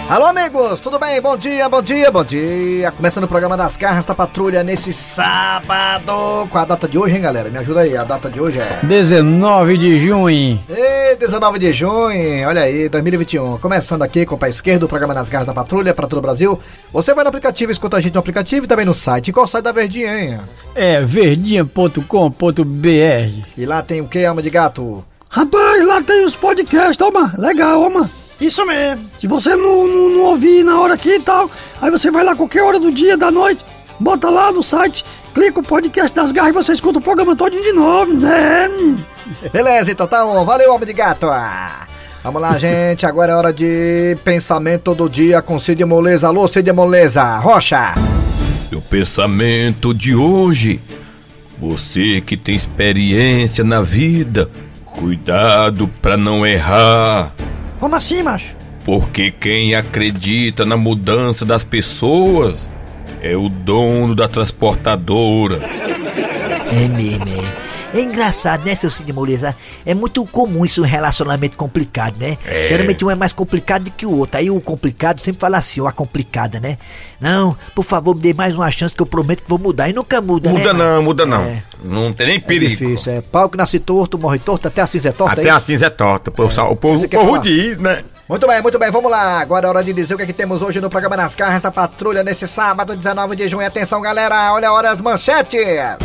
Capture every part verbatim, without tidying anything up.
Alô, amigos, tudo bem? Bom dia, bom dia, bom dia. Começando o programa das Garras da Patrulha nesse sábado. Qual a data de hoje, hein, galera? Me ajuda aí, a data de hoje é... dezenove de junho. Ei, dezenove de junho, olha aí, dois mil e vinte e um. Começando aqui com o pé esquerdo, o programa das Garras da Patrulha para todo o Brasil. Você vai no aplicativo, escuta a gente no aplicativo e também no site. Qual o site da Verdinha, hein? É, verdinha ponto com ponto b r. E lá tem o que, alma de gato? Rapaz, lá tem os podcasts, ó, mano. Legal, ó, mano. Isso mesmo. Se você não, não, não ouvir na hora aqui e tal, aí você vai lá qualquer hora do dia, da noite, bota lá no site, clica o podcast das Garras e você escuta o programa todo de novo, né? Beleza, então tá bom. Valeu, alma de gato. Vamos lá, gente. Agora é hora de pensamento do dia com Cid Moleza. Alô, Cid Moleza. Rocha. O pensamento de hoje. Você que tem experiência na vida, cuidado pra não errar. Como assim, macho? Porque quem acredita na mudança das pessoas é o dono da transportadora. É mesmo, é. É engraçado, né, seu Cid Moleza? É muito comum isso, um relacionamento complicado, né? É. Geralmente um é mais complicado do que o outro. Aí o complicado sempre fala assim, ou a complicada, né? Não, por favor, me dê mais uma chance que eu prometo que vou mudar. E nunca muda, Muda né? não, muda não. É. Não tem nem É perigo. difícil, é. Pau que nasce torto, morre torto, até a cinza é torta. Até é a isso? cinza é torta. Pô, É. o povo, Você o quer povo falar? diz, né? Muito bem, muito bem, vamos lá. Agora é hora de dizer o que é que temos hoje no programa Nas Garras da Patrulha nesse sábado, dezenove de junho. Atenção, galera, olha a hora das manchetes.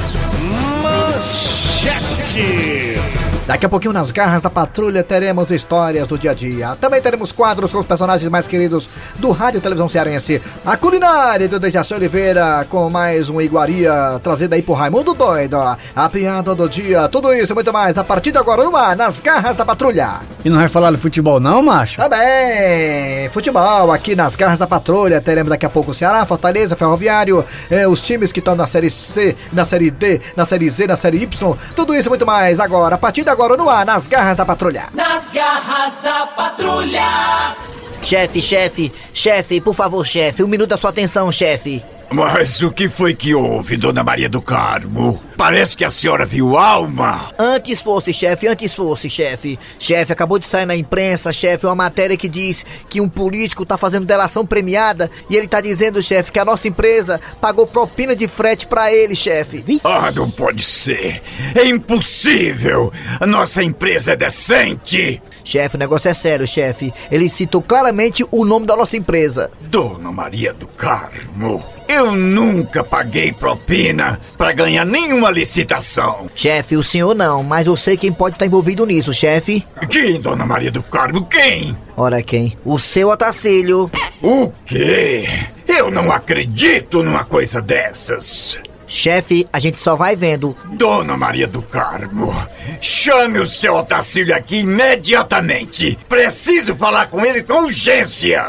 Manchetes. Daqui a pouquinho nas Garras da Patrulha teremos histórias do dia a dia. Também teremos quadros com os personagens mais queridos do rádio e televisão cearense. A culinária do Dejaci Oliveira com mais um iguaria trazida aí por Raimundo Doido. A piada do dia, tudo isso e muito mais a partir de agora no ar, nas Garras da Patrulha. E não vai falar de futebol não, macho? Tá bem, futebol aqui nas Garras da Patrulha. Teremos daqui a pouco o Ceará, Fortaleza, Ferroviário, eh, os times que estão na Série C, na Série D, na Série Z, na Série Y. Tudo isso e muito mais agora, a partir de agora no ar, nas Garras da Patrulha. Nas Garras da Patrulha. Chefe, chefe, chefe, por favor, chefe, um minuto da sua atenção, chefe. Mas o que foi que houve, Dona Maria do Carmo? Parece que a senhora viu alma. Antes fosse, chefe, antes fosse, chefe. Chefe, acabou de sair na imprensa, chefe, uma matéria que diz que um político tá fazendo delação premiada e ele tá dizendo, chefe, que a nossa empresa pagou propina de frete pra ele, chefe. Ah, não pode ser. É impossível. A nossa empresa é decente. Chefe, o negócio é sério, chefe. Ele citou claramente o nome da nossa empresa. Dona Maria do Carmo, eu nunca paguei propina pra ganhar nenhuma licitação. Chefe, o senhor não, mas eu sei quem pode estar envolvido nisso, chefe. Quem, Dona Maria do Carmo? Quem? Ora, quem? O seu Otacílio. O quê? Eu não acredito numa coisa dessas. Chefe, a gente só vai vendo. Dona Maria do Carmo, chame o seu Otacílio aqui imediatamente. Preciso falar com ele com urgência.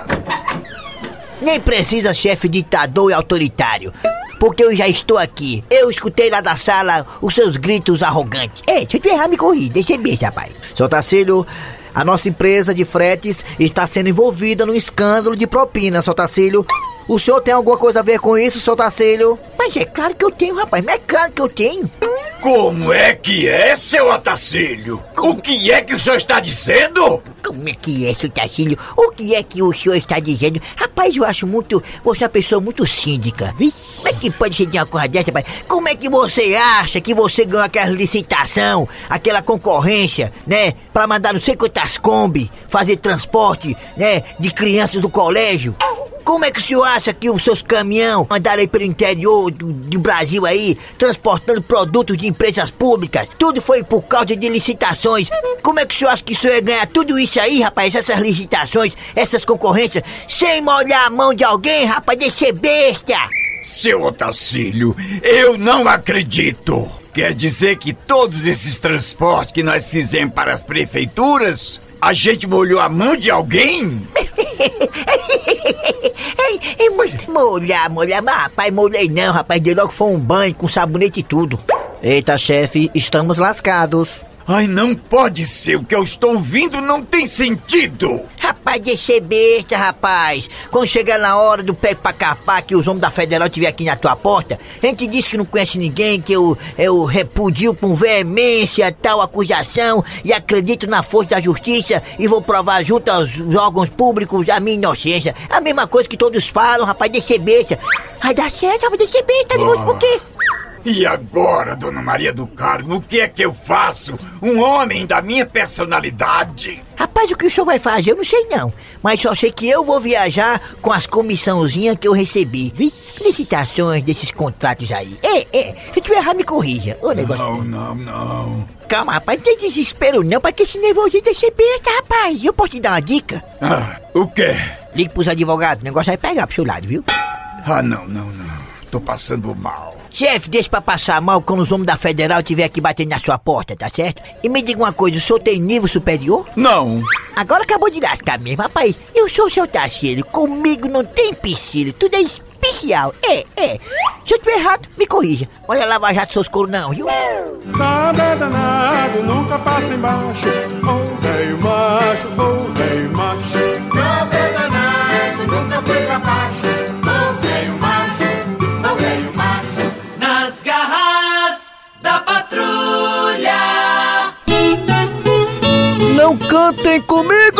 Nem precisa, chefe ditador e autoritário, porque eu já estou aqui. Eu escutei lá da sala os seus gritos arrogantes. Ei, se tu errar, me corri, deixa bem, rapaz. Seu Otacílio, a nossa empresa de fretes está sendo envolvida num escândalo de propina, seu Otacílio. O senhor tem alguma coisa a ver com isso, seu Otacílio? Mas é claro que eu tenho, rapaz, mas é claro que eu tenho. Como é que é, seu Otacílio? O que é que o senhor está dizendo? Como é que é, seu Otacílio? O que é que o senhor está dizendo? Rapaz, eu acho muito... Você é uma pessoa muito síndica. Como é que pode ser de uma coisa dessa, rapaz? Como é que você acha que você ganhou aquela licitação, aquela concorrência, né? Pra mandar não sei quantas Kombi, fazer transporte, né? De crianças do colégio? Como é que o senhor acha que os seus caminhão andaram aí pelo interior do, do Brasil aí, transportando produtos de empresas públicas? Tudo foi por causa de licitações. Como é que o senhor acha que o senhor ia ganhar tudo isso aí, rapaz? Essas licitações, essas concorrências, sem molhar a mão de alguém, rapaz? Deixa ser besta! Seu Otacílio, eu não acredito. Quer dizer que todos esses transportes que nós fizemos para as prefeituras, a gente molhou a mão de alguém? É, mas molhar, molhar, mas rapaz, molhei não, rapaz, de logo foi um banho com sabonete e tudo. Eita, chefe, estamos lascados. Ai, não pode ser, o que eu estou ouvindo não tem sentido. Rapaz, Rapaz, de ser besta, rapaz. Quando chegar na hora do pé pra capar, que os homens da Federal estiver aqui na tua porta, a gente diz que não conhece ninguém, que eu, eu repudio com veemência tal acusação e acredito na força da justiça e vou provar junto aos órgãos públicos a minha inocência. A mesma coisa que todos falam, rapaz, de ser besta. Vai dar certo, vai de ser besta, oh. Por quê? E agora, dona Maria do Carmo, o que é que eu faço? Um homem da minha personalidade? Rapaz, o que o senhor vai fazer, eu não sei não. Mas só sei que eu vou viajar com as comissãozinhas que eu recebi. Vi? Licitações desses contratos aí. É, é, se tu errar, me corrija. Ô, negócio... Não, não, não. Calma, rapaz, não tem desespero não, pra que esse nervosismo de ser besta, rapaz. Eu posso te dar uma dica? Ah, o quê? Ligue pros advogados, o negócio vai pegar pro seu lado, viu? Ah, não, não, não. Tô passando mal. Chefe, deixa pra passar mal quando os homens da Federal estiver aqui batendo na sua porta, tá certo? E me diga uma coisa, o senhor tem nível superior? Não. Agora acabou de lascar mesmo, rapaz. Eu sou o seu Tarcílio, comigo não tem empecilho, tudo é especial. É, é. Se eu tiver errado, me corrija. Olha Lava Jato seus coros não, viu? Nada é danado, nunca passa embaixo. Oh, velho macho, oh, velho macho. Nada é danado, nunca foi pra baixo. Oh, velho macho, oh, velho macho. Nas garras da patrulha. Não cantem comigo!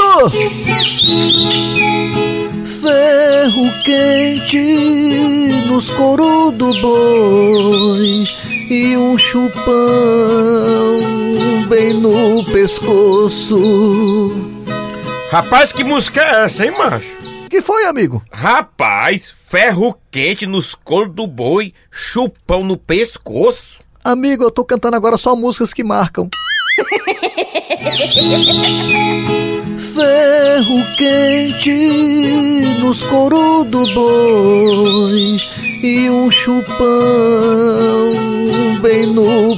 Ferro quente nos coros do boi e um chupão bem no pescoço. Rapaz, que música é essa, hein, macho? Que foi, amigo? Rapaz, ferro quente nos coros do boi, chupão no pescoço. Amigo, eu tô cantando agora só músicas que marcam. Ferro quente nos coros do boi e um chupão bem no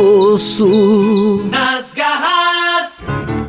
pescoço. Nas garras.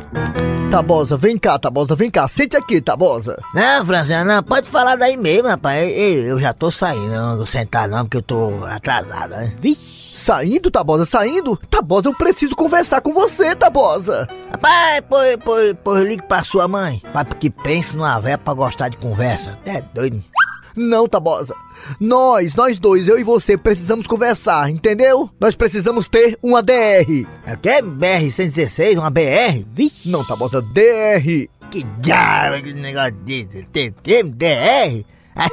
Tabosa, vem cá, Tabosa, vem cá, sente aqui, Tabosa. Não, Franzinha, não, pode falar daí mesmo, rapaz. Eu, eu já tô saindo, não vou sentar não, porque eu tô atrasado, né? Vixe. Saindo, Tabosa, saindo? Tabosa, eu preciso conversar com você, Tabosa. Rapaz, pois, pois, pois ligue pra sua mãe, pra que pense numa véia pra gostar de conversa. É doido. Não, Tabosa. Nós, nós dois, eu e você, precisamos conversar, entendeu? Nós precisamos ter uma D R. É o quê? B R cento e dezesseis? Uma B R? Vixe. Não, Tabosa, D R. Que diabo que negócio disso? Tem que D R?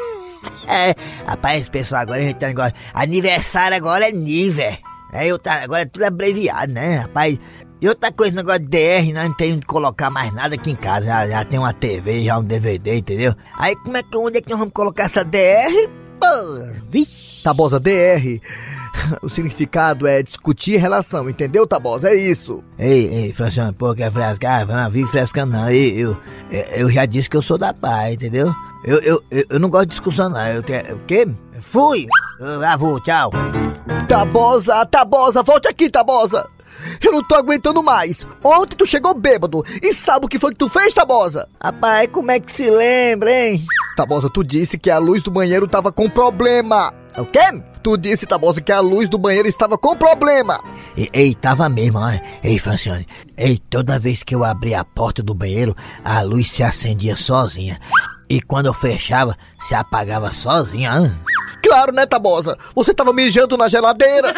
É, rapaz, esse pessoal agora a gente tá negócio. Aniversário agora é nível. É, eu tá, agora é tudo abreviado, né, rapaz? E outra coisa, negócio de D R, nós não temos que colocar mais nada aqui em casa. Já, já tem uma T V, já um D V D, entendeu? Aí como é que, onde é que nós vamos colocar essa D R? Pô, vixe. Tabosa, D R. O significado é discutir relação, entendeu, Tabosa? É isso. Ei, ei, Franciano, pô, quer frescar? Não vive frescando não. Eu, eu, eu já disse que eu sou da paz, entendeu? Eu, eu, eu, eu não gosto de discussão não. Eu tenho, o quê? Fui! Eu, ah, vou, tchau. Tabosa, Tabosa, volte aqui, Tabosa. Eu não tô aguentando mais. Ontem tu chegou bêbado. E sabe o que foi que tu fez, Tabosa? Rapaz, como é que se lembra, hein? Tabosa, tu disse que a luz do banheiro tava com problema. O quê? Tu disse, Tabosa, que a luz do banheiro estava com problema. Ei, ei tava mesmo, ó. Ei, Francione. Ei, toda vez que eu abria a porta do banheiro, a luz se acendia sozinha. E quando eu fechava, se apagava sozinha, hein? Claro, né, Tabosa? Você tava mijando na geladeira.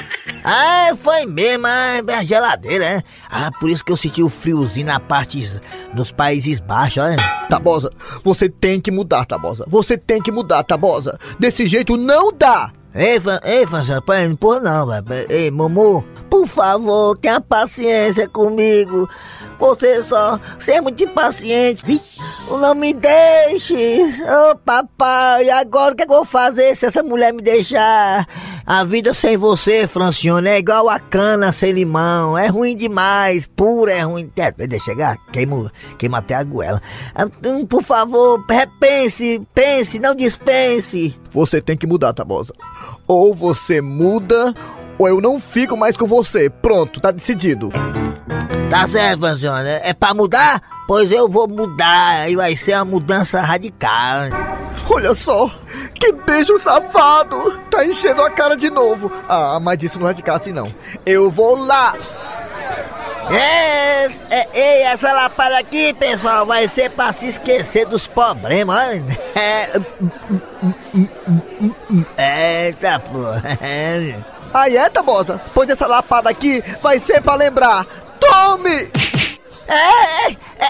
Ah, foi mesmo, ah, a geladeira, né? Ah, por isso que eu senti o friozinho na parte nos Países Baixos, olha. Tabosa, você tem que mudar, Tabosa. Você tem que mudar, Tabosa. Desse jeito não dá. Ei, Fran, ei, Francione, pai, não pôr não, velho. Ei, Momo, por favor, tenha paciência comigo. Você só, você é muito impaciente. Vixe, não me deixe. Ô, oh, papai, agora o que, é que eu vou fazer se essa mulher me deixar? A vida sem você, Francione, é igual a cana sem limão. É ruim demais, pura é ruim. Deixa chegar, queima, queima até a goela. Por favor, repense, pense, não dispense. Você tem que mudar, Tabosa. Ou você muda, ou eu não fico mais com você. Pronto, tá decidido. Tá certo, Francione. É pra mudar? Pois eu vou mudar. Aí vai ser uma mudança radical. Olha só, que beijo safado. Tá enchendo a cara de novo. Ah, mas isso não vai ficar assim não. Eu vou lá. É, é, ei, essa lapada aqui, pessoal, vai ser pra se esquecer dos problemas, olha. É, eita, porra. Aí é, Tabosa? Pois essa lapada aqui vai ser pra lembrar. Tome! É, é, é,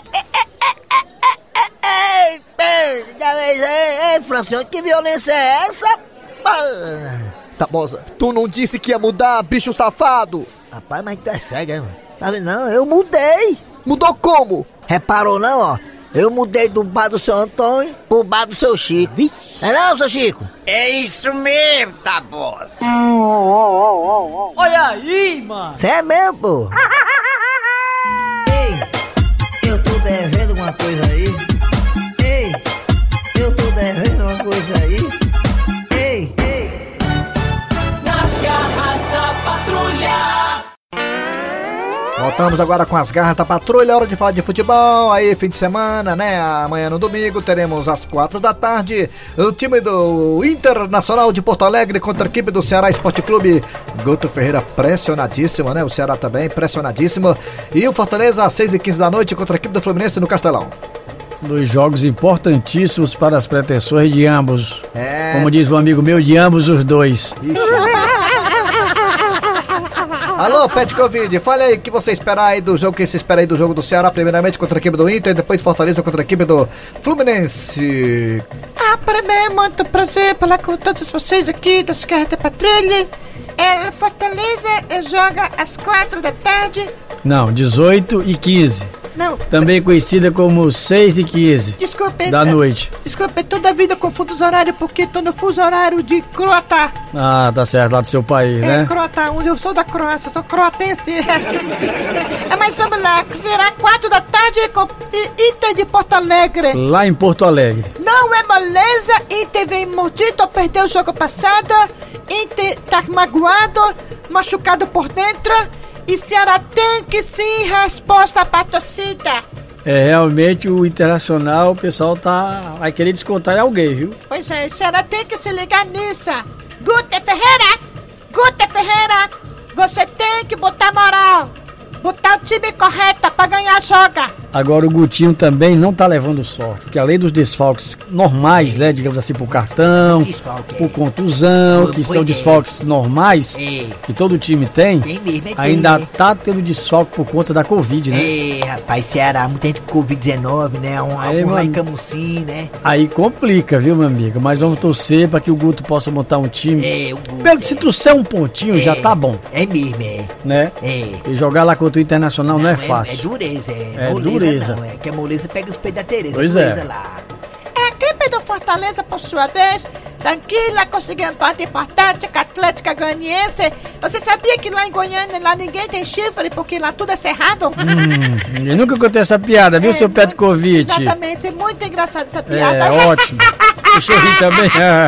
é, é, é, Francione, que violência é essa? Tabosa, tu não disse que ia mudar, bicho safado? Rapaz, mas tu é cego, hein, mano? Tá vendo? Não, eu mudei. Mudou como? Reparou não, ó? Eu mudei do bar do seu Antônio pro bar do seu Chico. É não, seu Chico? É isso mesmo, Tabosa. Olha aí, mano. Cê é mesmo, pô? Ei, eu tô devendo uma coisa aí. Ei, eu tô devendo uma coisa aí. Ei, ei. Nas garras da patrulha. Voltamos agora com as garras da patrulha, hora de falar de futebol, aí fim de semana, né, amanhã no domingo teremos às quatro da tarde o time do Internacional de Porto Alegre contra a equipe do Ceará Esporte Clube. Guto Ferreira pressionadíssimo, né, o Ceará também pressionadíssimo, e o Fortaleza às seis e quinze da noite contra a equipe do Fluminense no Castelão. Dois jogos importantíssimos para as pretensões de ambos, É... como diz um amigo meu, de ambos os dois. Ixi. Alô, Pet Covid, fale aí o que você espera aí do jogo, que você espera aí do jogo do Ceará, primeiramente contra a equipe do Inter, depois Fortaleza contra a equipe do Fluminense. Ah, para mim é muito prazer falar com todos vocês aqui das Garras da Patrulha. É, Fortaleza joga às quatro da tarde. Não, dezoito e quinze. Não. Também conhecida como seis e quinze. Desculpe. Da noite. Desculpe, toda a vida confundo os horários porque tô no fuso horário de Croatá. Ah, tá certo, lá do seu país, é, né? É, Croatá, onde eu sou da Croácia, sou croatense. É, mas vamos lá, será quatro da tarde com Inter de Porto Alegre. Lá em Porto Alegre. Não é moleza, Inter vem mordido, perdeu o jogo passado. Inter tá magoado, machucado por dentro. E Ceará tem que sim resposta pra torcida. É, realmente o Internacional, o pessoal tá vai querer descontar em alguém, viu? Pois é, Ceará tem que se ligar nisso. Guto Ferreira, Guto Ferreira, você tem que botar moral, botar o time correto pra ganhar a joga. Agora o Gutinho também não tá levando sorte, porque além dos desfalques normais, né, digamos assim, por cartão, Desfalque, por contusão, que são é. desfalques normais, É. que todo time tem, Tem mesmo, é ainda tem. tá tendo desfalque por conta da Covid, né? É, rapaz, Ceará, muita gente com covid dezenove, né? Um, Aí, algum lá mano. em Camusim, né? Aí complica, viu, meu amigo? Mas vamos torcer pra que o Guto possa montar um time. É, o Guto, Pelo, é. se trouxer um pontinho, É. já tá bom, É mesmo, é. né? É. E jogar lá contra o Internacional não, é fácil. É dureza, é. É moleza dureza. não, é. Que a moleza pega os peitos da Tereza. Pois dureza é. lá. A equipe do Fortaleza, por sua vez, tranquila, conseguiu um empate importante com a Atlética Goianiense. Você sabia que lá em Goiânia, lá ninguém tem chifre, porque lá tudo é cerrado? Hum, eu nunca contei essa piada, viu, É, seu muito- Petkovic? Exatamente, é muito engraçado essa piada. É, ótimo. Deixa eu rir também.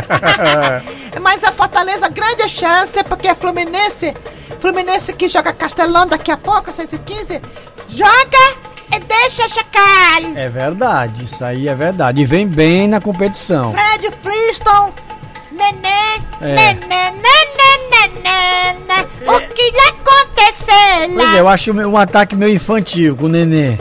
Mas a Fortaleza, grande chance, porque a Fluminense, Fluminense que joga Castelão daqui a pouco, seis e quinze, joga e deixa chocar. É verdade, isso aí é verdade. E vem bem na competição. Fred Flintstone, neném, É. neném, neném, neném, o que lhe aconteceu Pois é, lá? eu acho um ataque meio infantil com o Nenê.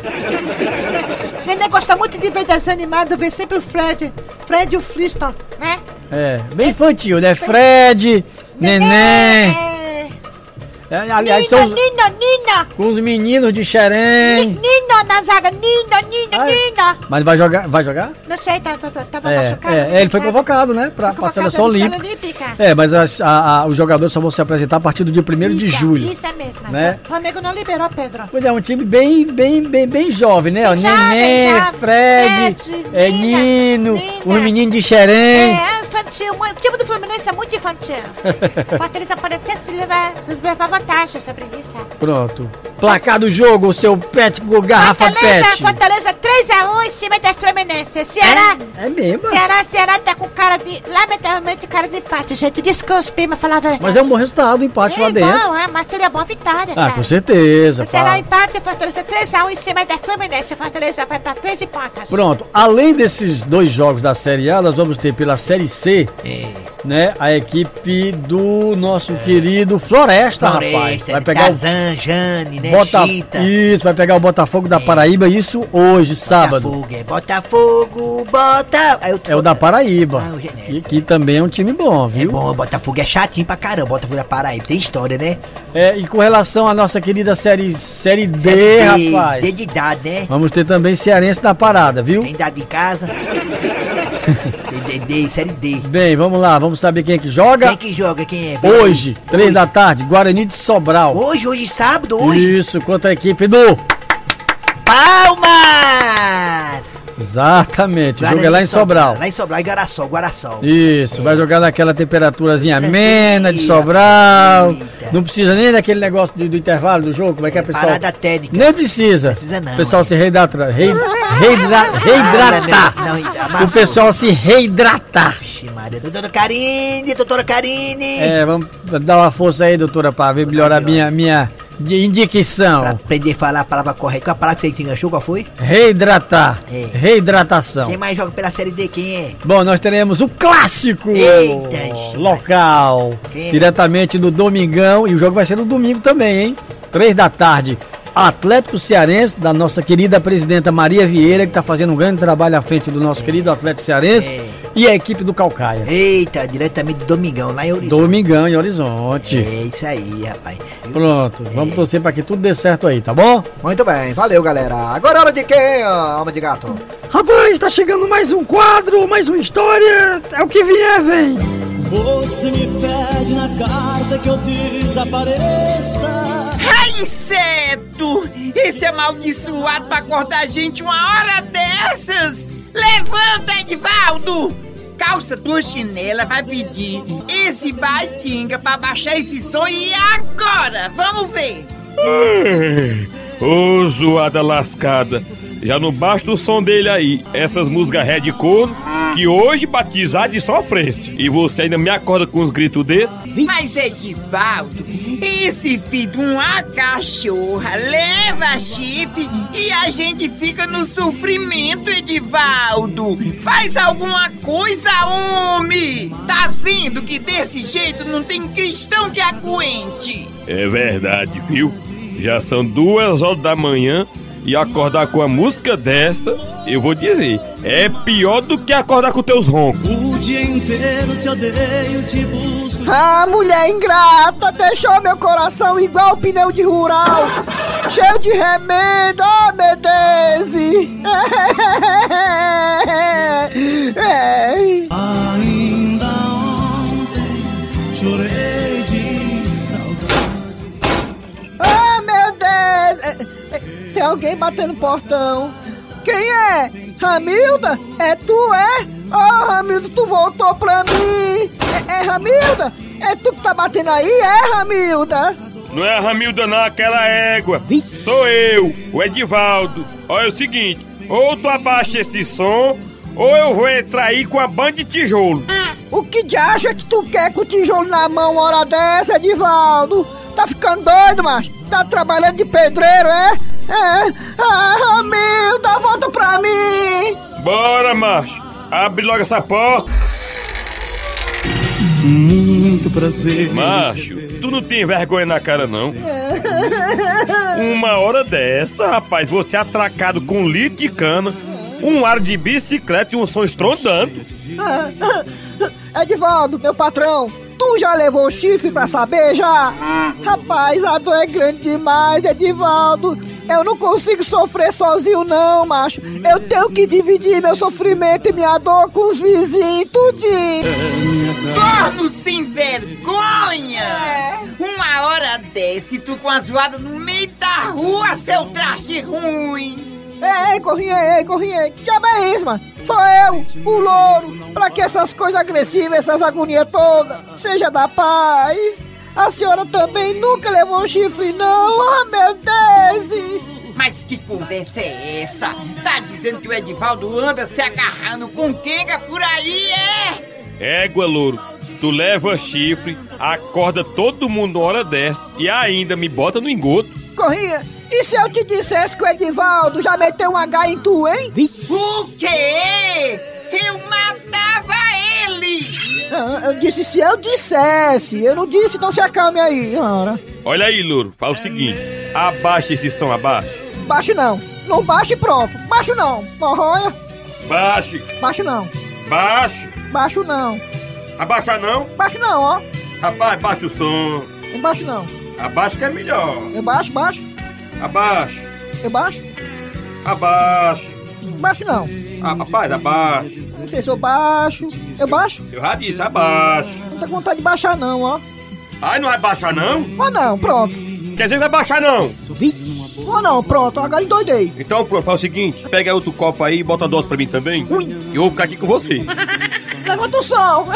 Neném gosta muito de ver desenho animado, ver sempre o Fred, Fred e o Flintstone, né? É, bem infantil, né? Fred, Neném. É. É, aliás, são Nina, os, Nina, Nina, com os meninos de Xerém. Nina na zaga, Nina, Nina, Ai. Nina. Mas vai jogar? Vai jogar? Não sei, tava, tava É, machucado. é, ele foi sabe? convocado, né? Pra, Foi pra seleção convocado na olímpica. Olímpica. É, mas as- a- a- os jogadores só vão se apresentar a partir do dia primeiro de Isso, julho. Isso é mesmo. né? O Flamengo não liberou, Pedro. Pois é, um time bem, bem, bem, bem jovem, né? Ó, Bem jovem, Neném, jovem. Fred, Fred, é, Nina, Nino, Nina. os meninos de Xerém. É, infantil. O time do Fluminense é muito infantil. O Fortaleza pode até se levar, se levar vantagem sobre isso. Pronto. Placar do jogo, o seu pet com garrafa Fortaleza, pet. Fortaleza três a um em cima da Fluminense. Ceará, É, é mesmo. Ceará, Ceará tá com cara de, lamentavelmente, cara de empate, gente. Desculpe, mas falar a verdade. Mas é um bom resultado, o empate lá É dentro. bom, é, mas seria boa vitória, Ah, cara. com certeza. O Ceará pá. empate, Fortaleza três a um em cima da Fluminense. Fortaleza vai pra três empates. Pronto, além desses dois jogos da Série A, nós vamos ter pela Série C né, a equipe do nosso é. querido Floresta, Floresta, rapaz. Vai pegar Tarzan, o Jane, né, Bota... Chita. Isso, vai pegar o Botafogo da é. Paraíba, isso hoje, sábado. Botafogo, é Botafogo, bota... É, é o da Paraíba, ah, o que, que também é um time bom, viu? É bom, o Botafogo é chatinho pra caramba, o Botafogo da Paraíba, tem história, né? É, e com relação à nossa querida série, série D, série D, rapaz. D de idade, né? Vamos ter também cearense na parada, viu? Tem idade em casa. D, D, D, série D. Bem, vamos lá, vamos saber quem é que joga. Quem é que joga, quem é? Hoje, três da tarde, Guarani de Sobral. Hoje, hoje, sábado, hoje? Isso, contra a equipe do... Palmas! Exatamente, o jogo é lá em Sobral. Lá em Sobral, em Garaçol, Guaraçol. Isso, é. Vai jogar naquela temperaturazinha amena de Sobral. Eita. Não precisa nem daquele negócio do, do intervalo do jogo, como é que é, pessoal? Parada técnica. Nem precisa. Não precisa não. O pessoal é. se reidrata, rei, reidra, reidratar. Ah, não, o pessoal se reidratar. Vixe, Maria. Doutora Karine, doutora Karine. É, vamos dar uma força aí, doutora, pra ver melhorar a minha... minha... de indicação. Pra aprender a falar a palavra correta. Qual a palavra que você enganchou? Qual foi? Reidratar. É. Reidratação. Quem mais joga pela série D? Quem é? Bom, nós teremos o clássico. Eita, local. Quem é? Diretamente no Domingão. E o jogo vai ser no domingo também, hein? Três da tarde. Atlético Cearense, da nossa querida presidenta Maria Vieira, que tá fazendo um grande trabalho à frente do nosso é. querido Atlético Cearense. É. E a equipe do Calcaia. Eita, diretamente do Domingão, lá em Horizonte. Domingão, em Horizonte. É isso aí, rapaz. Pronto, é. vamos torcer pra que tudo dê certo aí, tá bom? Muito bem, valeu, galera. Agora é hora de quem, alma de gato? Rapaz, tá chegando mais um quadro, mais uma história. É o que vier, vem. Você me pede na carta que eu desapareça. Ai, inseto! Esse amaldiçoado pra acordar a gente uma hora dessas! Levanta, Edivaldo! Calça tua chinela, vai pedir esse baitinga pra baixar esse som e agora! Vamos ver! Ô, oh, zoada lascada! Já não basta o som dele aí, essas músicas red corno, que hoje batizar de sofrência. E você ainda me acorda com uns gritos desses? Mas, Edivaldo, esse filho de uma cachorra leva chifre e a gente fica no sofrimento, Edivaldo. Faz alguma coisa, homem! Tá vendo que desse jeito não tem cristão que aguente? É verdade, viu? Já são duas horas da manhã e acordar com a música dessa, eu vou dizer, é pior do que acordar com teus roncos. O dia inteiro te odeio, te busco. Ah, mulher ingrata, deixou meu coração igual pneu de rural, cheio de remendo, oh, meu Deus. Ainda ontem chorei de saudade. Oh, meu Deus. Tem alguém batendo no portão. Quem é? Ramilda? É tu, é? Oh, Ramilda, tu voltou pra mim. É, é Ramilda? É tu que tá batendo aí, é, Ramilda? Não é a Ramilda não, aquela égua. Sou eu, o Edivaldo. Olha, é o seguinte, ou tu abaixa esse som, ou eu vou entrar aí com a banda de tijolo. O que de acha que tu quer com o tijolo na mão uma hora dessa, Edivaldo? Tá ficando doido, macho? Tá trabalhando de pedreiro, é? É, ah, Ramilda, volta pra mim! Bora, macho! Abre logo essa porta! Muito prazer. Macho, tu não tem vergonha na cara, não? Uma hora dessa, rapaz, você atracado com um litro de cana, um aro de bicicleta e um som estrondando. Edivaldo, meu patrão, tu já levou o chifre pra saber, já? Rapaz, a dor é grande demais, Edivaldo. Eu não consigo sofrer sozinho não, macho. Eu tenho que dividir meu sofrimento e minha dor com os vizinhos, tudinho. Corno sem vergonha! É. Uma hora dessa, tu com a zoada no meio da rua, seu traste ruim! Ei, corrinha, ei, corrinha, que diabo é isso, mano? Sou eu, o louro. Pra que essas coisas agressivas, essas agonias todas? Seja da paz. A senhora também nunca levou um chifre, não? Ah, meu Deus! Mas que conversa é essa? Tá dizendo que o Edivaldo anda se agarrando com quenga por aí, é? Égua, louro, tu leva chifre, acorda todo mundo uma hora dessa e ainda me bota no engoto. Corrinha, e se eu te dissesse que o Edivaldo já meteu um H em tu, hein? O quê? Eu matava ele! Ah, eu disse disse se eu dissesse. Eu não disse, então se acalme aí, ora. Olha aí, louro, faz o seguinte. Abaixa esse som, abaixa. Baixo não. Não baixe e pronto. Baixo não. Morronha. Baixe. Baixo não. Baixe. Baixo não. Abaixa não? Baixo não, ó. Rapaz, baixa o som. Eu baixo não. Abaixa que é melhor. Eu baixo, baixo. Abaixa. Eu baixo. Abaixa. Baixo não. Ah, rapaz, abaixa. Não sei se eu baixo. Eu baixo? Eu já disse, abaixa. Não tô com vontade de baixar não, ó. Ai, não vai baixar não? Ó não, pronto. Quer dizer que vai baixar não? Ó não, pronto, agora endoidei. Então pronto, faz o seguinte. Pega outro copo aí e bota a dose pra mim também. Ui. Eu vou ficar aqui com você. Levanta o som.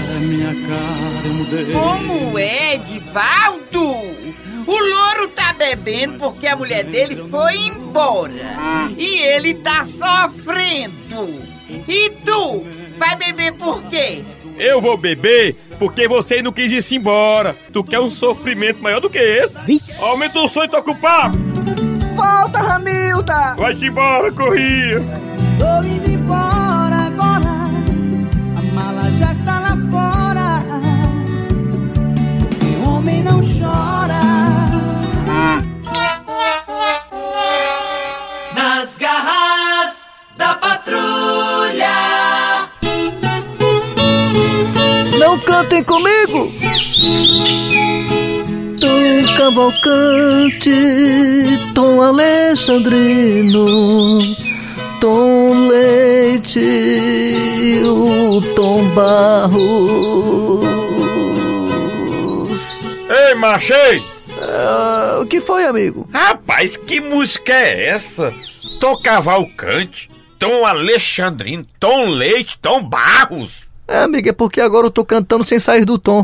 Como é, Edivaldo? O louro tá bebendo porque a mulher dele foi embora. E ele tá sofrendo. E tu, vai beber por quê? Eu vou beber porque você não quis ir embora. Tu quer um sofrimento maior do que esse? Aumenta o som e toca o papo. Volta, Ramilda. Vai-te embora, corria. Estou indo embora agora. A mala já está lá fora. O homem não chora. Nas garras da patrulha. Não cantem comigo! Tom Cavalcante, Tom Alexandrino, Tom Leite, o Tom Barros. Ei, machei! Uh, o que foi, amigo? Rapaz, que música é essa? Tom Cavalcante, Tom Alexandrino, Tom Leite, Tom Barros. É, amigo, é porque agora eu tô cantando sem sair do tom.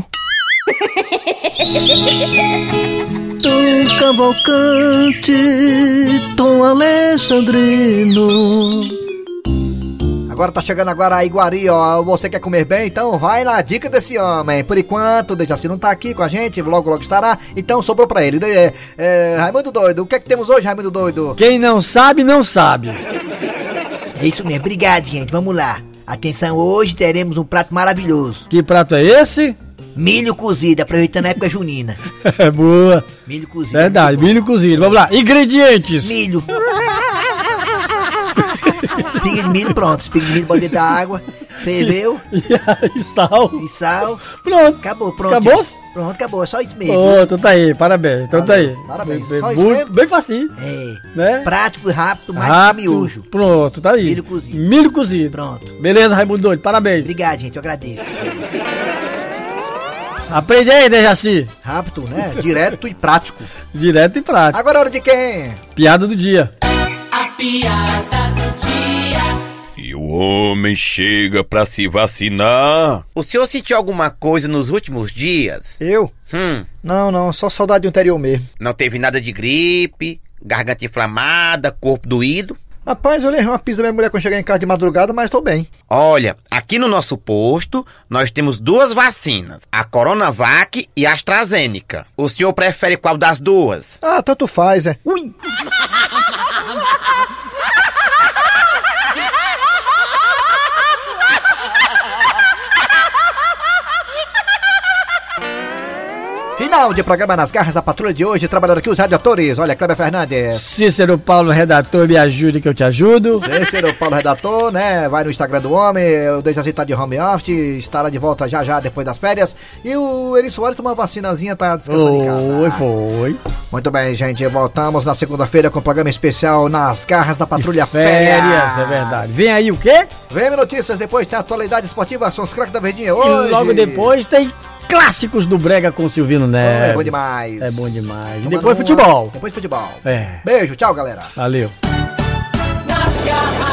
Tom Cavalcante, Tom Alexandrino. Agora tá chegando agora a Iguari, ó. Você quer comer bem? Então vai na dica desse homem. Por enquanto, o Dejaci não tá aqui com a gente, logo logo estará. Então sobrou pra ele. É, é, Raimundo Doido, o que é que temos hoje, Raimundo Doido? Quem não sabe, não sabe. É isso mesmo, obrigado, gente. Vamos lá. Atenção, hoje teremos um prato maravilhoso. Que prato é esse? Milho cozido, aproveitando a época junina. É boa. Milho cozido. Verdade, milho cozido. Vamos lá, ingredientes. Milho. Espiga de milho, pronto. Espiga de milho, bota dentro da água. Ferveu. E sal. E sal. Pronto. Acabou, pronto. Acabou? Pronto, acabou. É só isso mesmo. Pronto, tá aí, parabéns. Então Parabéns, tá aí. Parabéns. Bem, Só isso muito, mesmo? bem facinho. É. Né? Prático e rápido, mais Rápido. que miojo. Pronto, tá aí. Milho cozido. Milho cozido. Pronto. Beleza, Raimundo Doido, parabéns. Obrigado, gente. Eu agradeço. Aprende aí, Dejaci. Rápido, né? Direto e prático. Direto e prático. Agora é hora de quem? Piada do dia. A piada do dia. E o homem chega pra se vacinar. O senhor sentiu alguma coisa nos últimos dias? Eu? Hum. Não, não, só saudade do interior mesmo. Não teve nada de gripe, garganta inflamada, corpo doído? Rapaz, eu levei uma pizza da minha mulher quando cheguei em casa de madrugada, mas tô bem. Olha, aqui no nosso posto, nós temos duas vacinas, a Coronavac e a AstraZeneca. O senhor prefere qual das duas? Ah, tanto faz, é. Ui! Final de programa Nas Garras da Patrulha de hoje, trabalhando aqui os radiadores. Olha, Cléber Fernandes. Cícero Paulo, redator, me ajude que eu te ajudo. Cícero Paulo, redator, né? Vai no Instagram do homem, o Dejaci tá de home office, estará de volta já já depois das férias. E o Eri Soares tomou uma vacinazinha, tá descansando em casa. Foi, foi. Muito bem, gente, voltamos na segunda-feira com o programa especial Nas Garras da Patrulha Férias. Férias. É verdade. Vem aí o quê? Vem notícias, depois tem a atualidade esportiva, são os craques da Verdinha E hoje. logo depois tem clássicos do Brega com Silvino Neves. É bom demais. É bom demais. E Tomando depois uma- futebol. Depois futebol. É. Beijo, tchau, galera. Valeu. Nas garras